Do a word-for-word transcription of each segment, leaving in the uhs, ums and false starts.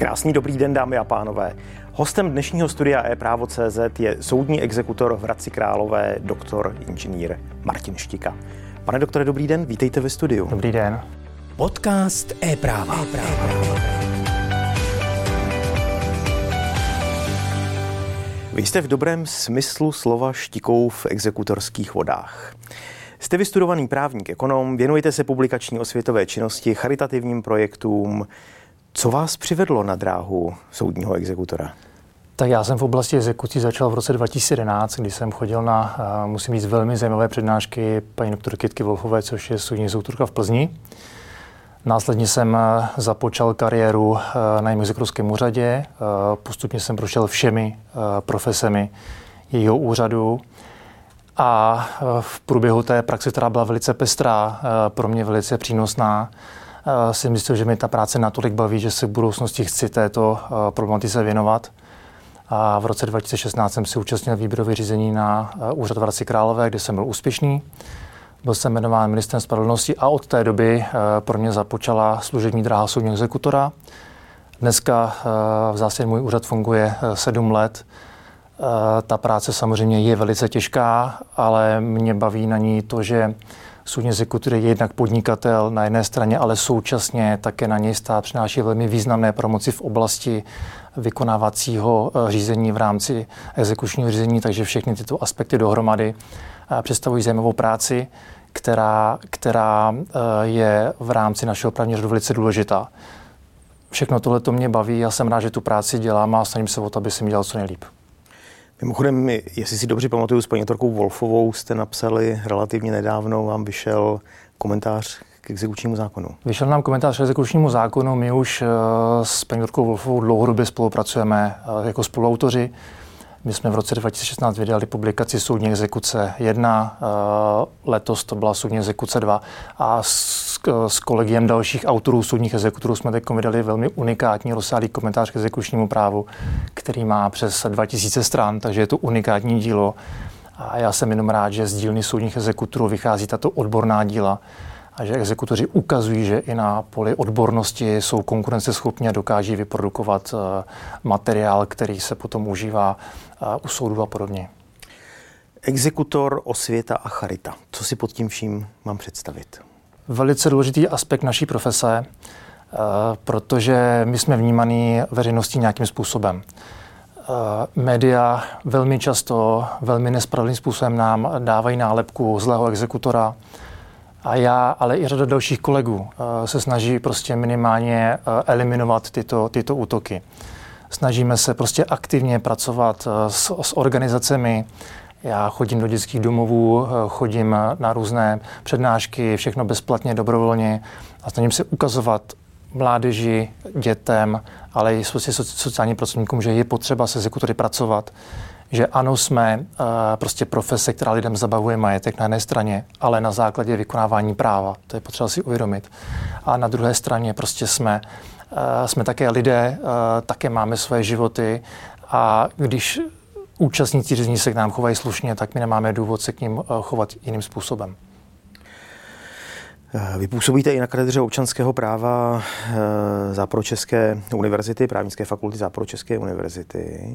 Krásný dobrý den, dámy a pánové. Hostem dnešního studia e-právo tečka cé zet je soudní exekutor v Hradci Králové, doktor inženýr Martin Štika. Pane doktore, dobrý den, vítejte ve studiu. Dobrý den. Podcast e-práva. Vy jste v dobrém smyslu slova štikou v exekutorských vodách. Jste vystudovaný právník, ekonom, věnujete se publikační osvětové činnosti, charitativním projektům. Co vás přivedlo na dráhu soudního exekutora? Tak já jsem v oblasti exekucí začal v roce dva tisíce jedenáct, kdy jsem chodil na, musím říct, velmi zajímavé přednášky paní doktorky Kytky Wolfové, což je soudní exekutorka v Plzni. Následně jsem započal kariéru na jejím exekutorském úřadě. Postupně jsem prošel všemi profesemi jejího úřadu. A v průběhu té praxe, která byla velice pestrá, pro mě velice přínosná, si myslím, že mi ta práce natolik baví, že se v budoucnosti chci této problematice věnovat. A v roce dva tisíce šestnáct jsem si účastnil výběrové řízení na úřad v Hradci Králové, kde jsem byl úspěšný. Byl jsem jmenován ministrem spravedlnosti a od té doby pro mě započala služební dráha soudního exekutora. Dneska v zásadě můj úřad funguje sedm let. Ta práce samozřejmě je velice těžká, ale mě baví na ní to, že soudní exekutor je jednak podnikatel na jedné straně, ale současně také na něj stát přináší velmi významné pravomoci v oblasti vykonávacího řízení v rámci exekučního řízení, takže všechny tyto aspekty dohromady představují zajímavou práci, která, která je v rámci našeho právního řádu velice důležitá. Všechno tohle to mě baví, já jsem rád, že tu práci dělám a snažím se o to, aby jsem dělal co nejlíp. Mimochodem, jestli si dobře pamatuju, s paní doktorkou Wolfovou jste napsali relativně nedávno, vám vyšel komentář k exekučnímu zákonu. Vyšel nám komentář k exekučnímu zákonu, my už s paní doktorkou Wolfovou dlouhodobě spolupracujeme jako spoluautoři. My jsme v roce dva tisíce šestnáct vydali publikaci Soudní exekuce jedna, letos to byla Soudní exekuce dva a s, s kolegiem dalších autorů soudních exekutorů jsme teď vydali velmi unikátní rozsáhlý komentář k exekučnímu právu, který má přes dva tisíce stran, takže je to unikátní dílo. A já jsem jenom rád, že z dílny soudních exekutorů vychází tato odborná díla a že exekutoři ukazují, že i na poli odbornosti jsou konkurenceschopní a dokáží vyprodukovat materiál, který se potom užívá u soudu a podobně. Exekutor, osvěta a charita. Co si pod tím vším mám představit? Velice důležitý aspekt naší profese, protože my jsme vnímaní veřejností nějakým způsobem. Média velmi často, velmi nespravedlivým způsobem nám dávají nálepku zlého exekutora. A já, ale i řada dalších kolegů se snaží prostě minimálně eliminovat tyto, tyto útoky. Snažíme se prostě aktivně pracovat s, s organizacemi. Já chodím do dětských domovů, chodím na různé přednášky, všechno bezplatně, dobrovolně a snažím se ukazovat mládeži, dětem, ale i sociálním pracovníkům, že je potřeba se exekutory pracovat. Že ano, jsme uh, prostě profese, která lidem zabavuje majetek na jedné straně, ale na základě vykonávání práva. To je potřeba si uvědomit. A na druhé straně prostě jsme, uh, jsme také lidé, uh, také máme svoje životy a když účastníci řízení se k nám chovají slušně, tak my nemáme důvod se k ním uh, chovat jiným způsobem. Vy působíte i na katedře občanského práva uh, Západočeské univerzity, právnické fakulty Západočeské univerzity.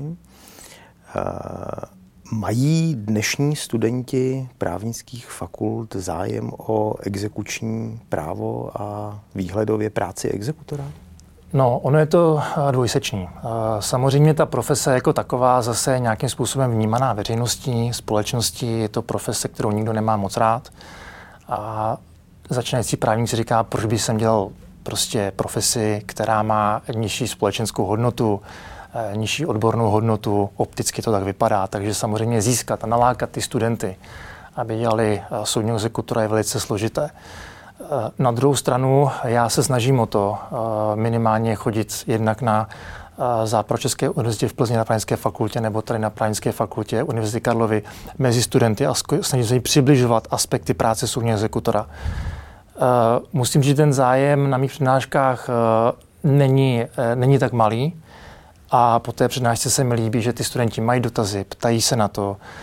Mají dnešní studenti právnických fakult zájem o exekuční právo a výhledově práci exekutora? No, ono je to dvojsečný. Samozřejmě ta profese jako taková zase nějakým způsobem vnímaná veřejností, společností, je to profese, kterou nikdo nemá moc rád. A začínající právník si říká, proč by jsem dělal prostě profesi, která má nižší společenskou hodnotu, nižší odbornou hodnotu, opticky to tak vypadá, takže samozřejmě získat a nalákat ty studenty, aby dělali soudního exekutora, je velice složité. Na druhou stranu já se snažím o to minimálně chodit jednak na Západočeské univerzitě v Plzni na právnické fakultě nebo tady na právnické fakultě Univerzity Karlovy mezi studenty a snažím se přibližovat aspekty práce soudního exekutora. Musím říct, že ten zájem na mých přednáškách není, není tak malý. A po té přednášce se mi líbí, že ty studenti mají dotazy, ptají se na to.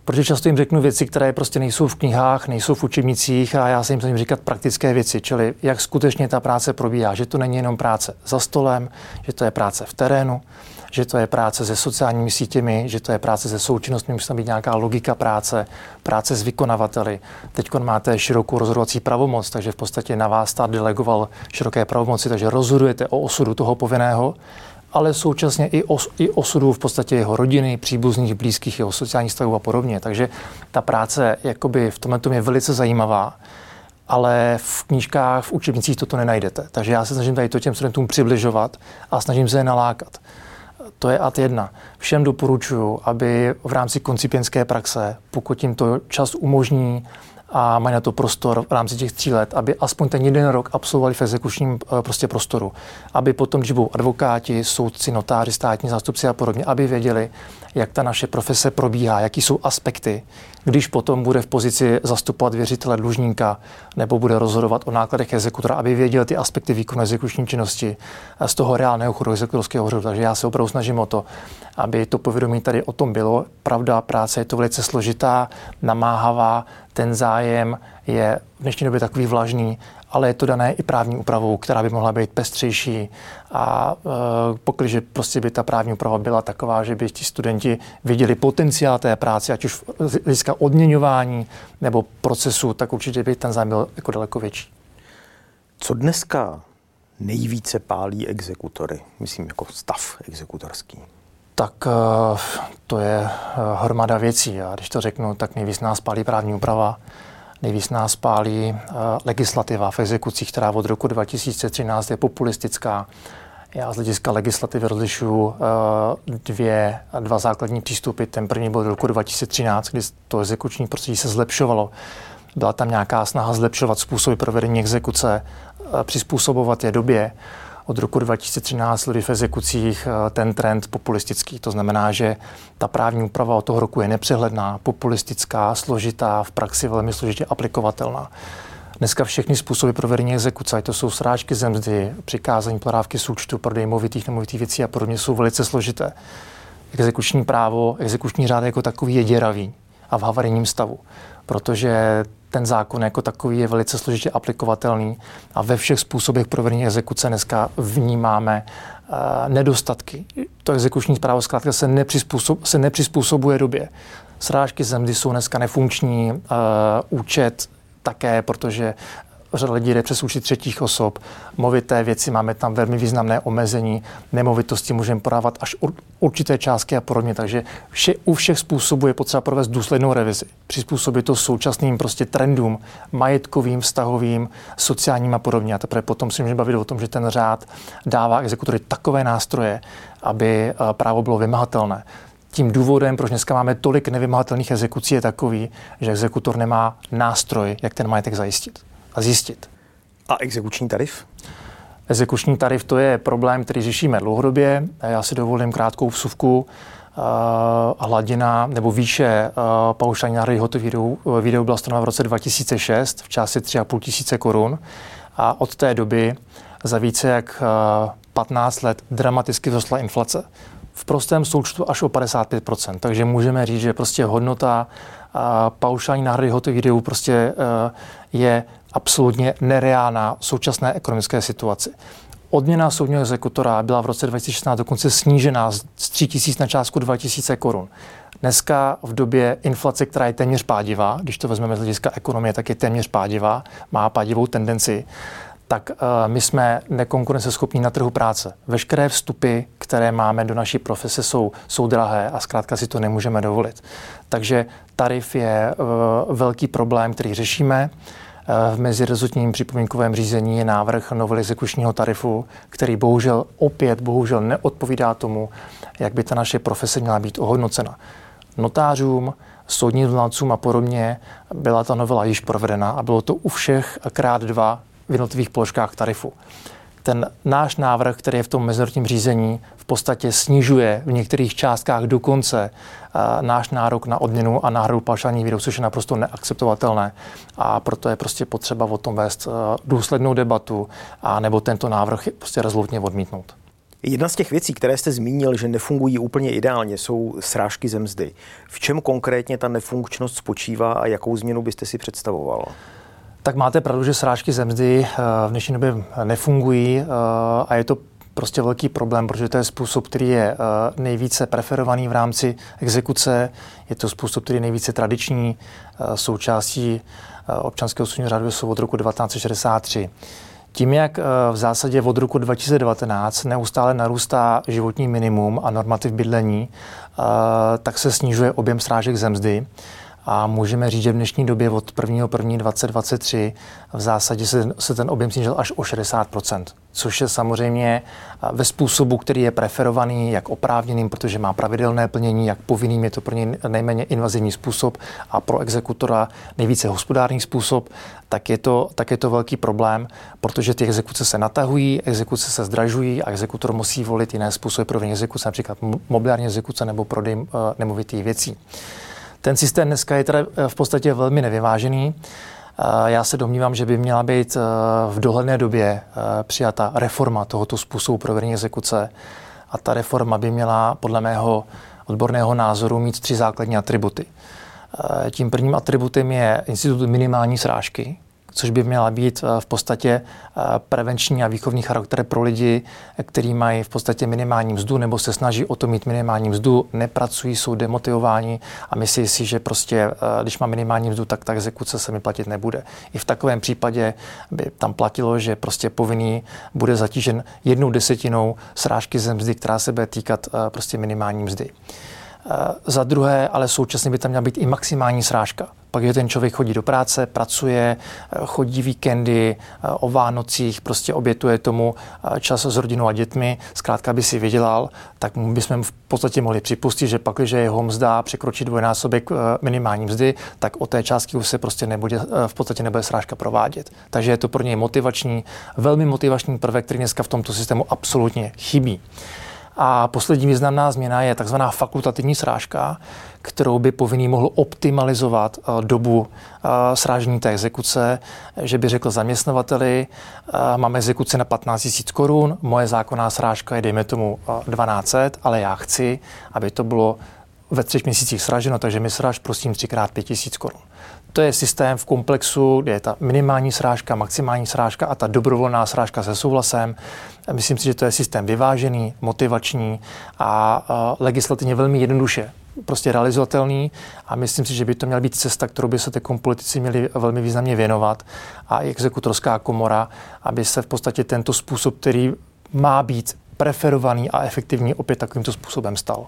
Protože často jim řeknu věci, které prostě nejsou v knihách, nejsou v učebnicích a já se jim snažím říkat praktické věci, čili jak skutečně ta práce probíhá, že to není jenom práce za stolem, že to je práce v terénu, že to je práce se sociálními sítěmi, že to je práce se součinnostmi, musí tam být nějaká logika práce, práce s vykonavateli. Teď máte širokou rozhodovací pravomoc, takže v podstatě na vás stát delegoval široké pravomoci, takže rozhodujete o osudu toho povinného, ale současně i, os, i osudu v podstatě jeho rodiny, příbuzných, blízkých, jeho sociálních stavů a podobně. Takže ta práce jakoby v tomhle tom je velice zajímavá, ale v knížkách, v učebnicích toto nenajdete. Takže já se snažím tady to těm studentům přibližovat a snažím se je nalákat. To je ad jedna. Všem doporučuji, aby v rámci koncipientské praxe, pokud jim to čas umožní a mají na to prostor v rámci těch tří let, aby aspoň ten jeden rok absolvovali v exekučním prostě prostoru. Aby potom, když budou advokáti, soudci, notáři, státní zástupci a podobně, aby věděli, jak ta naše profese probíhá, jaký jsou aspekty, když potom bude v pozici zastupovat věřitele dlužníka nebo bude rozhodovat o nákladech exekutora, aby věděl ty aspekty výkonu exekuční činnosti z toho reálného chodu exekutorského úřadu. Takže já se opravdu snažím o to, aby to povědomí tady o tom bylo. Pravda, práce je to velice složitá, namáhavá, ten zájem je v dnešní době takový vlažný, ale je to dané i právní úpravou, která by mohla být pestřejší a e, pokud prostě by ta právní úprava byla taková, že by ti studenti viděli potenciál té práce, ať už z hlediska odměňování nebo procesu, tak určitě by ten zájem byl jako daleko větší. Co dneska nejvíce pálí exekutory? Myslím jako stav exekutorský. Tak to je hromada věcí. A když to řeknu, tak nejvíc nás pálí právní úprava, nejvíc nás pálí legislativa v exekucích, která od roku dva tisíce třináct je populistická. Já z hlediska legislativy rozlišuju dvě, dva základní přístupy. Ten první byl od roku dva tisíce třináct, kdy to exekuční prostředí se zlepšovalo. Byla tam nějaká snaha zlepšovat způsoby provedení exekuce, přizpůsobovat je době. Od roku dva tisíce třináct sleduji v exekucích ten trend populistický. To znamená, že ta právní úprava od toho roku je nepřehledná, populistická, složitá, v praxi velmi složitě aplikovatelná. Dneska všechny způsoby provedení exekuce, to jsou srážky ze mzdy, přikázání plodávky z účtu, prodej movitých, nemovitých věcí a podobně, jsou velice složité. Exekuční právo, exekuční řád jako takový je děravý a v havarijním stavu, protože ten zákon jako takový je velice složitě aplikovatelný a ve všech způsobech provedení exekuce dneska vnímáme uh, nedostatky. To exekuční právo zkrátka se, nepřizpůsob, se nepřizpůsobuje době. Srážky ze mzdy jsou dneska nefunkční, uh, účet také, protože řada lidí jde přes účty třetích osob. Movité věci, máme tam velmi významné omezení. Nemovitosti můžeme podávat až určité částky a podobně. Takže vše, u všech způsobů je potřeba provést důslednou revizi. Přizpůsobit to současným prostě trendům, majetkovým, vztahovým, sociálním a podobně. A teprve potom si můžeme bavit o tom, že ten řád dává exekutory takové nástroje, aby právo bylo vymahatelné. Tím důvodem, proč dneska máme tolik nevymahatelných exekucí, je takový, že exekutor nemá nástroj, jak ten majetek zajistit a zjistit. A exekuční tarif? Exekuční tarif to je problém, který řešíme dlouhodobě. Já si dovolím krátkou vsuvku. Hladina nebo výše paušální náhrady hotových výdajů byla stanovena v roce dva tisíce šest v částce tři a půl tisíce korun a od té doby za více jak patnáct let dramaticky vzrostla inflace. V prostém součtu až o padesát pět procent. Takže můžeme říct, že prostě hodnota paušální náhrady hotových výdajů prostě je absolutně nereálná v současné ekonomické situaci. Odměna soudního exekutora byla v roce dva tisíce šestnáct dokonce snížená z tři tisíc na částku dva tisíce korun. Dneska v době inflace, která je téměř pádivá, když to vezmeme z hlediska ekonomie, tak je téměř pádivá, má pádivou tendenci, tak uh, my jsme nekonkurenceschopní na trhu práce. Veškeré vstupy, které máme do naší profese, jsou, jsou drahé a zkrátka si to nemůžeme dovolit. Takže tarif je uh, velký problém, který řešíme. V mezirezortním připomínkovém řízení je návrh novely exekučního tarifu, který bohužel opět bohužel neodpovídá tomu, jak by ta naše profese měla být ohodnocena. Notářům, soudním znalcům a podobně byla ta novela již provedena a bylo to u všech krát dva v jednotlivých položkách tarifu. Ten náš návrh, který je v tom mezirezortním řízení, v podstatě snižuje v některých částkách dokonce uh, náš nárok na odměnu a náhradu paušálních výdajů, což je naprosto neakceptovatelné. A proto je prostě potřeba o tom vést uh, důslednou debatu a nebo tento návrh prostě rezolutně odmítnout. Jedna z těch věcí, které jste zmínil, že nefungují úplně ideálně, jsou srážky ze mzdy. V čem konkrétně ta nefunkčnost spočívá a jakou změnu byste si představoval? Tak máte pravdu, že srážky ze mzdy v dnešní době nefungují a je to prostě velký problém, protože to je způsob, který je nejvíce preferovaný v rámci exekuce. Je to způsob, který je nejvíce tradiční. Součástí občanského soudního řádu jsou od roku devatenáct set šedesát tři. Tím, jak v zásadě od roku dva tisíce devatenáct neustále narůstá životní minimum a normativ bydlení, tak se snižuje objem srážek ze mzdy. A můžeme říct, že v dnešní době od prvního prvního dva tisíce dvacet tři v zásadě se, se ten objem snížil až o šedesát procent, což je samozřejmě ve způsobu, který je preferovaný jak oprávněným, protože má pravidelné plnění, jak povinným, je to pro něj nejméně invazivní způsob a pro exekutora nejvíce hospodárný způsob, tak je to, tak je to velký problém, protože ty exekuce se natahují, exekuce se zdražují a exekutor musí volit jiné způsoby pro exekuce, například mobiliární exekuce nebo prodej uh, nemovitých věcí. Ten systém dneska je teda v podstatě velmi nevyvážený. Já se domnívám, že by měla být v dohledné době přijata reforma tohoto způsobu provedení exekuce. A ta reforma by měla podle mého odborného názoru mít tři základní atributy. Tím prvním atributem je institut minimální srážky, což by měla být v podstatě prevenční a výchovní charakter pro lidi, kteří mají v podstatě minimální mzdu nebo se snaží o to mít minimální mzdu, nepracují, jsou demotivováni a myslí si, že prostě, když má minimální mzdu, tak ta exekuce se mi platit nebude. I v takovém případě by tam platilo, že prostě povinný bude zatížen jednou desetinou srážky ze mzdy, která se bude týkat prostě minimální mzdy. Za druhé, ale současně by tam měla být i maximální srážka. Pak, že ten člověk chodí do práce, pracuje, chodí víkendy, o Vánocích, prostě obětuje tomu čas s rodinou a dětmi, zkrátka by si vydělal, tak bychom v podstatě mohli připustit, že pak, když jeho mzda překročí dvojnásobek minimální mzdy, tak o té částky už se prostě nebude, v podstatě nebude srážka provádět. Takže je to pro něj motivační, velmi motivační prvek, který dneska v tomto systému absolutně chybí. A poslední významná změna je takzvaná fakultativní srážka, kterou by povinný mohl optimalizovat dobu srážení té exekuce, že by řekl zaměstnavateli, mám exekuci na patnáct tisíc korun, moje zákonná srážka je dejme tomu dvanáct set, ale já chci, aby to bylo ve třech měsících sraženo, takže mi sráž prosím třikrát pět tisíc korun. To je systém v komplexu, kde je ta minimální srážka, maximální srážka a ta dobrovolná srážka se souhlasem. Myslím si, že to je systém vyvážený, motivační a legislativně velmi jednoduše prostě realizovatelný a myslím si, že by to měla být cesta, kterou by se ty politici měli velmi významně věnovat a i exekutorská komora, aby se v podstatě tento způsob, který má být preferovaný a efektivní, opět takovýmto způsobem stal.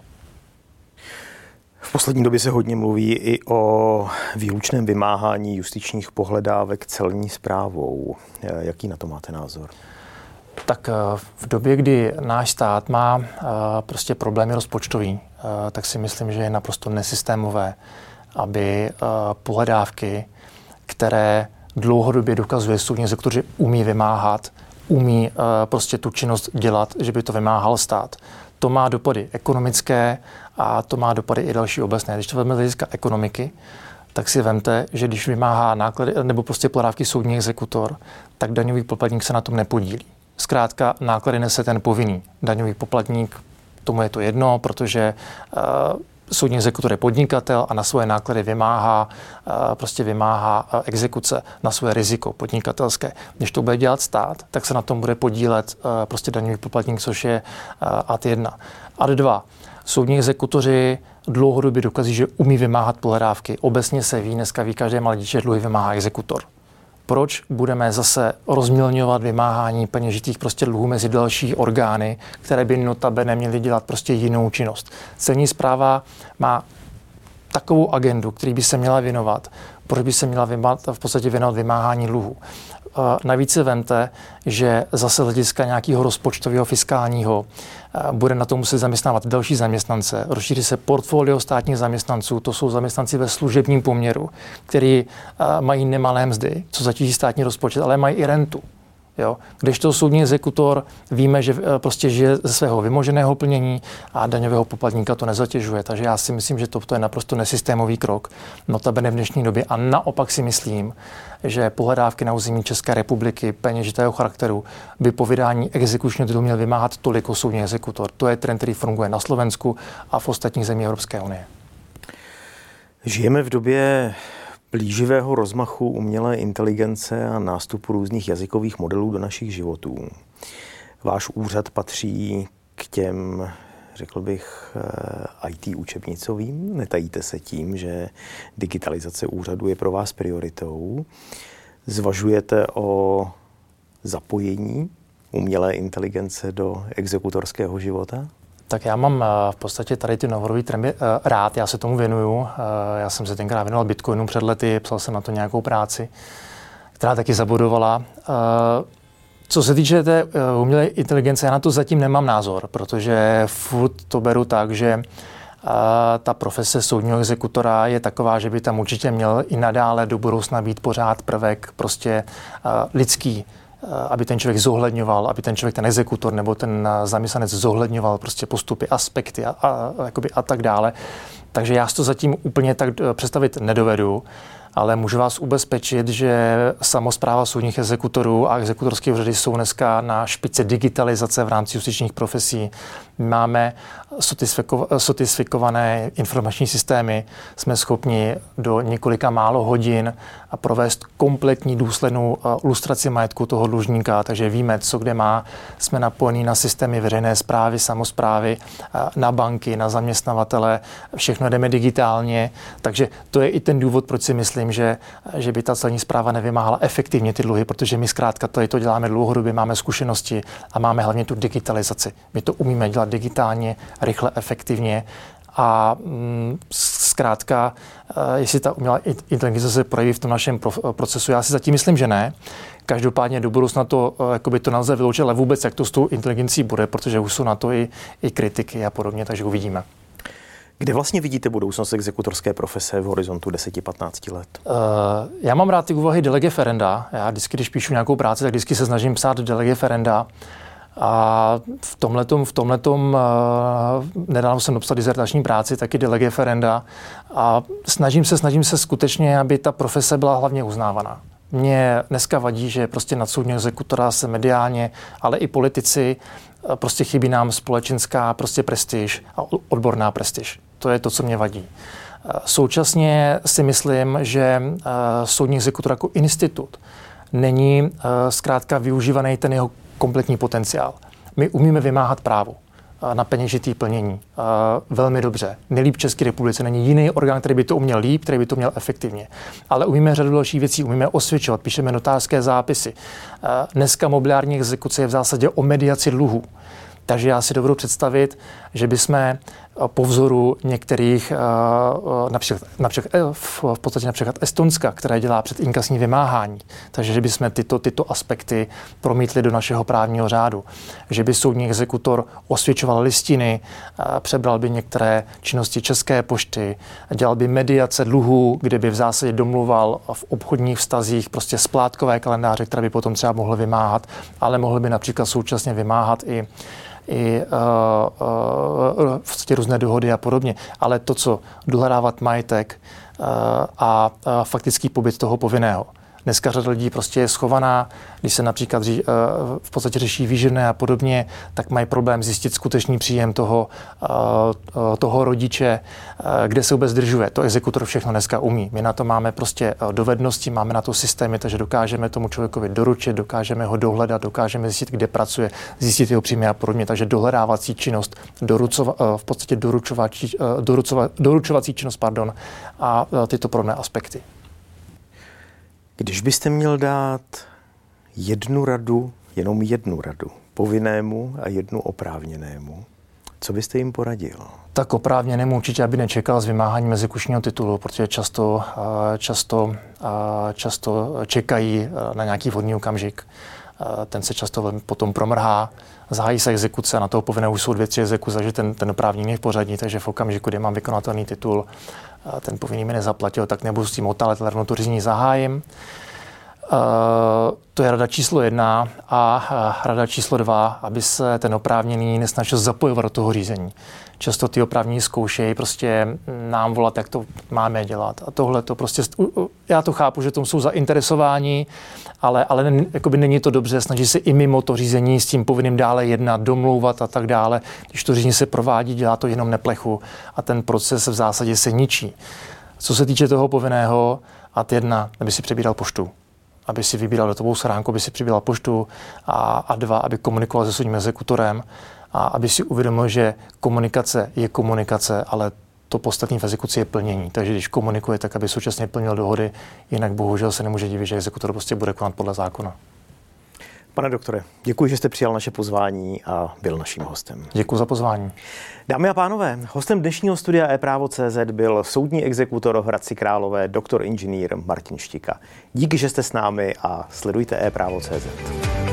V poslední době se hodně mluví i o výlučném vymáhání justičních pohledávek celní správou. Jaký na to máte názor? Tak v době, kdy náš stát má prostě problémy rozpočtový, tak si myslím, že je naprosto nesystémové, aby pohledávky, které dlouhodobě dokazuje soudní exekutor, že umí vymáhat, umí prostě tu činnost dělat, že by to vymáhal stát. To má dopady ekonomické a to má dopady i další obecné. Když to vezmeme z hlediska ekonomiky, tak si vemte, že když vymáhá náklady nebo prostě pohledávky soudní exekutor, tak daňový poplatník se na tom nepodílí. Zkrátka náklady nese ten povinný. Daňový poplatník, tomu je to jedno, protože uh, soudní exekutor je podnikatel a na svoje náklady vymáhá, uh, prostě vymáhá uh, exekuce na svoje riziko podnikatelské. Když to bude dělat stát, tak se na tom bude podílet uh, prostě daňový poplatník, což je uh, ad jedna. Ad dva. Soudní exekutoři dlouhodobě dokazují, že umí vymáhat pohledávky. Obecně se ví, dneska ví každé malé dítě, že dluhy vymáhá exekutor. Proč budeme zase rozmělňovat vymáhání peněžitých prostě dluhů mezi další orgány, které by notabene měly dělat prostě jinou činnost? Celní správa má takovou agendu, který by se měla věnovat, proč by se měla vymáhat, v podstatě věnovat vymáhání dluhu. Navíc si vemte, že zase z hlediska nějakého rozpočtového fiskálního bude na to muset zaměstnávat další zaměstnance. Rozšíří se portfolio státních zaměstnanců, to jsou zaměstnanci ve služebním poměru, kteří mají nemalé mzdy, co zatíží státní rozpočet, ale mají i rentu. Jo? Když to soudní exekutor víme, že prostě žije ze svého vymoženého plnění a daňového poplatníka to nezatěžuje. Takže já si myslím, že to, to je naprosto nesystémový krok. Notabene v dnešní době. A naopak si myslím, že pohledávky na území České republiky peněžitého charakteru by po vydání exekučního titulu měl vymáhat toliko soudní exekutor. To je trend, který funguje na Slovensku a v ostatních zemích Evropské unie. Žijeme v době plíživého rozmachu umělé inteligence a nástupu různých jazykových modelů do našich životů. Váš úřad patří k těm, řekl bych, í té učebnicovým. Netajíte se tím, že digitalizace úřadu je pro vás prioritou. Zvažujete o zapojení umělé inteligence do exekutorského života? Tak já mám v podstatě tady ty novodobé trendy rád, já se tomu věnuju. Já jsem se tenkrát věnoval Bitcoinu před lety, psal jsem na to nějakou práci, která taky zabudovala. Co se týče té umělé inteligence, já na to zatím nemám názor, protože furt to beru tak, že ta profese soudního exekutora je taková, že by tam určitě měl i nadále do budoucna být pořád prvek prostě lidský, aby ten člověk zohledňoval, aby ten člověk, ten exekutor nebo ten zaměstnanec zohledňoval prostě postupy, aspekty a, a, jakoby a tak dále. Takže já si to zatím úplně tak představit nedovedu, ale můžu vás ubezpečit, že samospráva soudních exekutorů a exekutorské úřady jsou dneska na špičce digitalizace v rámci justičních profesí. Máme sofistikované informační systémy, jsme schopni do několika málo hodin provést kompletní důslednou lustraci majetku toho dlužníka, takže víme, co kde má. Jsme napojení na systémy veřejné správy, samosprávy, na banky, na zaměstnavatele, všechno jdeme digitálně, takže to je i ten důvod, proč si myslím, že, že by ta celní správa nevymáhala efektivně ty dluhy, protože my zkrátka tady to děláme dlouhodobě, máme zkušenosti a máme hlavně tu digitalizaci. My to umíme dělat digitálně, rychle, efektivně a mm, zkrátka, jestli ta umělá inteligence se projeví v tom našem procesu, já si zatím myslím, že ne. Každopádně do budoucna to, jakoby to nelze vyloučit, ale vůbec jak to s tou inteligencí bude, protože už jsou na to i, i kritiky a podobně, takže uvidíme. Kde vlastně vidíte budoucnost exekutorské profese v horizontu deset až patnáct let? Uh, já mám rád ty úvahy de lege ferenda. Já vždycky, když píšu nějakou práci, tak vždycky se snažím psát de lege ferenda. A v tomhletom, v tomhletom uh, nedávno jsem napsal dizertační práci, taky de lege ferenda. A snažím se, snažím se skutečně, aby ta profese byla hlavně uznávaná. Mně dneska vadí, že prostě nad soudního exekutora se mediálně, ale i politici, prostě chybí nám společenská prostě prestiž a odborná prestiž. To je to, co mě vadí. Současně si myslím, že soudní exekutor jako institut není zkrátka využívaný ten jeho kompletní potenciál. My umíme vymáhat právo na peněžitý plnění velmi dobře. Nejlíp v České republice není jiný orgán, který by to uměl líp, který by to uměl efektivně. Ale umíme řadu dalších věcí, umíme osvědčovat, píšeme notářské zápisy. Dneska mobiliární exekuce je v zásadě o mediaci dluhů. Takže já si dovedu představit, že bychom po vzoru některých, například, například, v podstatě například Estonska, které dělá předinkasní vymáhání, takže že bychom tyto, tyto aspekty promítli do našeho právního řádu. Že by soudní exekutor osvědčoval listiny, přebral by některé činnosti České pošty, dělal by mediace dluhů, kde by v zásadě domluval v obchodních vztazích prostě splátkové kalendáře, které by potom třeba mohl vymáhat, ale mohl by například současně vymáhat i i uh, uh, vlastně různé dohody a podobně. Ale to, co dohledávat majetek uh, a uh, faktický pobyt toho povinného. Dneska řada lidí prostě je schovaná, když se například ří, uh, v podstatě řeší výživné a podobně, tak mají problém zjistit skutečný příjem toho, uh, toho rodiče, uh, kde se vůbec zdržuje. To exekutor všechno dneska umí. My na to máme prostě dovednosti, máme na to systémy, takže dokážeme tomu člověkovi doručit, dokážeme ho dohledat, dokážeme zjistit, kde pracuje, zjistit jeho příjmy a podobně. Takže dohledávací činnost, dorucova, uh, v podstatě doručovací, uh, dorucova, doručovací činnost, pardon, a uh, tyto podobné aspekty. Když byste měl dát jednu radu, jenom jednu radu, povinnému a jednu oprávněnému, co byste jim poradil? Tak oprávněnému určitě, aby nečekal s vymáháním exekučního titulu, protože často, často, často čekají na nějaký vhodný okamžik. Ten se často potom promrhá, zahájí se exekuce a na toho povinného už jsou dvě, tři exekuce, takže ten, ten oprávněný je v pořadí, takže v okamžiku, kdy mám vykonatelný titul, ten povinný mi nezaplatil, tak nebudu s tím otálet, ale rovnou to řízení zahájím. To je rada číslo jedna a rada číslo dva, aby se ten oprávněný nesnažil zapojovat do toho řízení. Často ty oprávnění zkoušejí prostě nám volat, jak to máme dělat. A tohle to prostě, já to chápu, že tomu jsou zainteresováni, ale, ale jakoby není to dobře, snaží se i mimo to řízení s tím povinným dále jednat, domlouvat a tak dále. Když to řízení se provádí, dělá to jenom neplechu a ten proces v zásadě se ničí. Co se týče toho povinného, ad jedna, aby si přebíral poštu. Aby si vybíral datovou schránku, aby si přibíral poštu a, a dva, aby komunikoval se soudním exekutorem a aby si uvědomil, že komunikace je komunikace, ale to podstatné v exekuci je plnění. Takže když komunikuje, tak aby současně plnil dohody, jinak bohužel se nemůže divit, že exekutor prostě bude konat podle zákona. Pane doktore, děkuji, že jste přijal naše pozvání a byl naším hostem. Děkuji za pozvání. Dámy a pánové, hostem dnešního studia ePrávo tečka cé zet byl soudní exekutor v Hradci Králové, doktor inženýr Martin Štika. Díky, že jste s námi a sledujte ePrávo tečka cé zet.